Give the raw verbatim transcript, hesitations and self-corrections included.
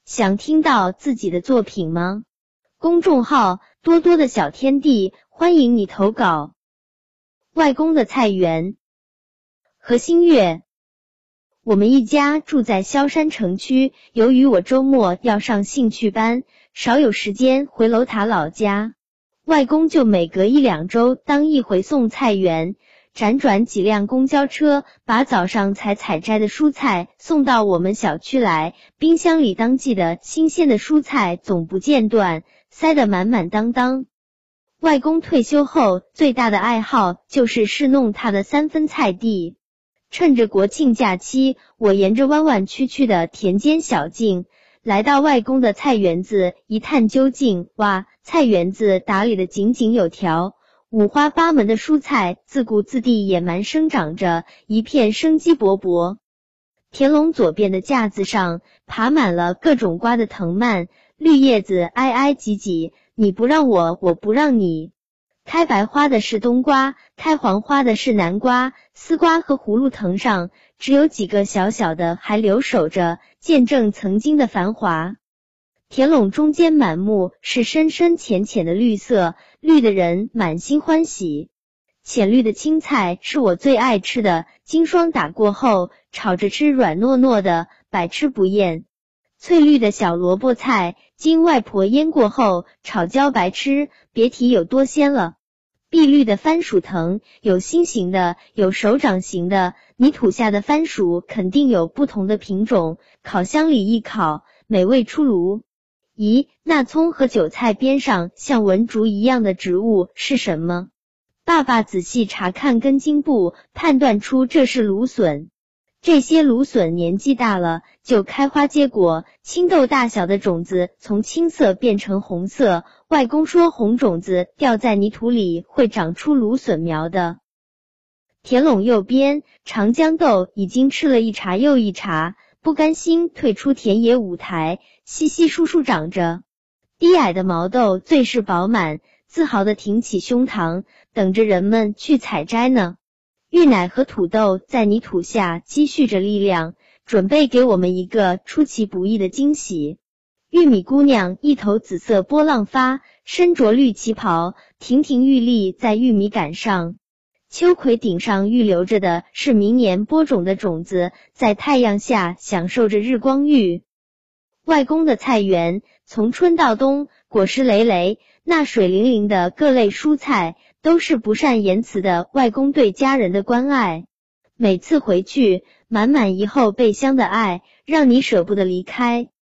想听到自己的作品吗？公众号多多的小天地，欢迎你投稿。外公的菜园。何新月。我们一家住在萧山城区，由于我周末要上兴趣班，少有时间回楼塔老家，外公就每隔一两周当一回送菜园，辗转几辆公交车，把早上才采摘的蔬菜送到我们小区来，冰箱里当季的新鲜的蔬菜总不间断，塞得满满当当。外公退休后最大的爱好就是侍弄他的三分菜地。趁着国庆假期，我沿着弯弯曲曲的田间小径，来到外公的菜园子一探究竟。哇，菜园子打理得井井有条，五花八门的蔬菜自顾自地野蛮生长着，一片生机勃勃。田垄左边的架子上爬满了各种瓜的藤蔓，绿叶子挨挨挤挤，你不让我，我不让你。开白花的是冬瓜，开黄花的是南瓜，丝瓜和葫芦藤上只有几个小小的还留守着，见证曾经的繁华。田垄中间满目是深深浅浅的绿色，绿的人满心欢喜。浅绿的青菜是我最爱吃的，经霜打过后炒着吃，软糯糯的，百吃不厌。翠绿的小萝卜菜经外婆腌过后炒焦白吃，别提有多鲜了。碧绿的番薯藤有心形的，有手掌形的，泥土下的番薯肯定有不同的品种，烤箱里一烤，美味出炉。咦，那葱和韭菜边上像文竹一样的植物是什么？爸爸仔细查看根茎部，判断出这是芦笋。这些芦笋年纪大了就开花结果，青豆大小的种子从青色变成红色，外公说红种子掉在泥土里会长出芦笋苗的。田垄右边，长江豆已经吃了一茬又一茬，不甘心退出田野舞台，稀稀疏疏长着。低矮的毛豆最是饱满，自豪地挺起胸膛，等着人们去采摘呢。芋奶和土豆在泥土下积蓄着力量，准备给我们一个出其不意的惊喜。玉米姑娘一头紫色波浪发，身着绿旗袍，亭亭玉立在玉米杆上。秋葵顶上预留着的是明年播种的种子，在太阳下享受着日光浴。外公的菜园从春到冬，果实累累，那水灵灵的各类蔬菜都是不善言辞的外公对家人的关爱。每次回去，满满一后备箱的爱，让你舍不得离开。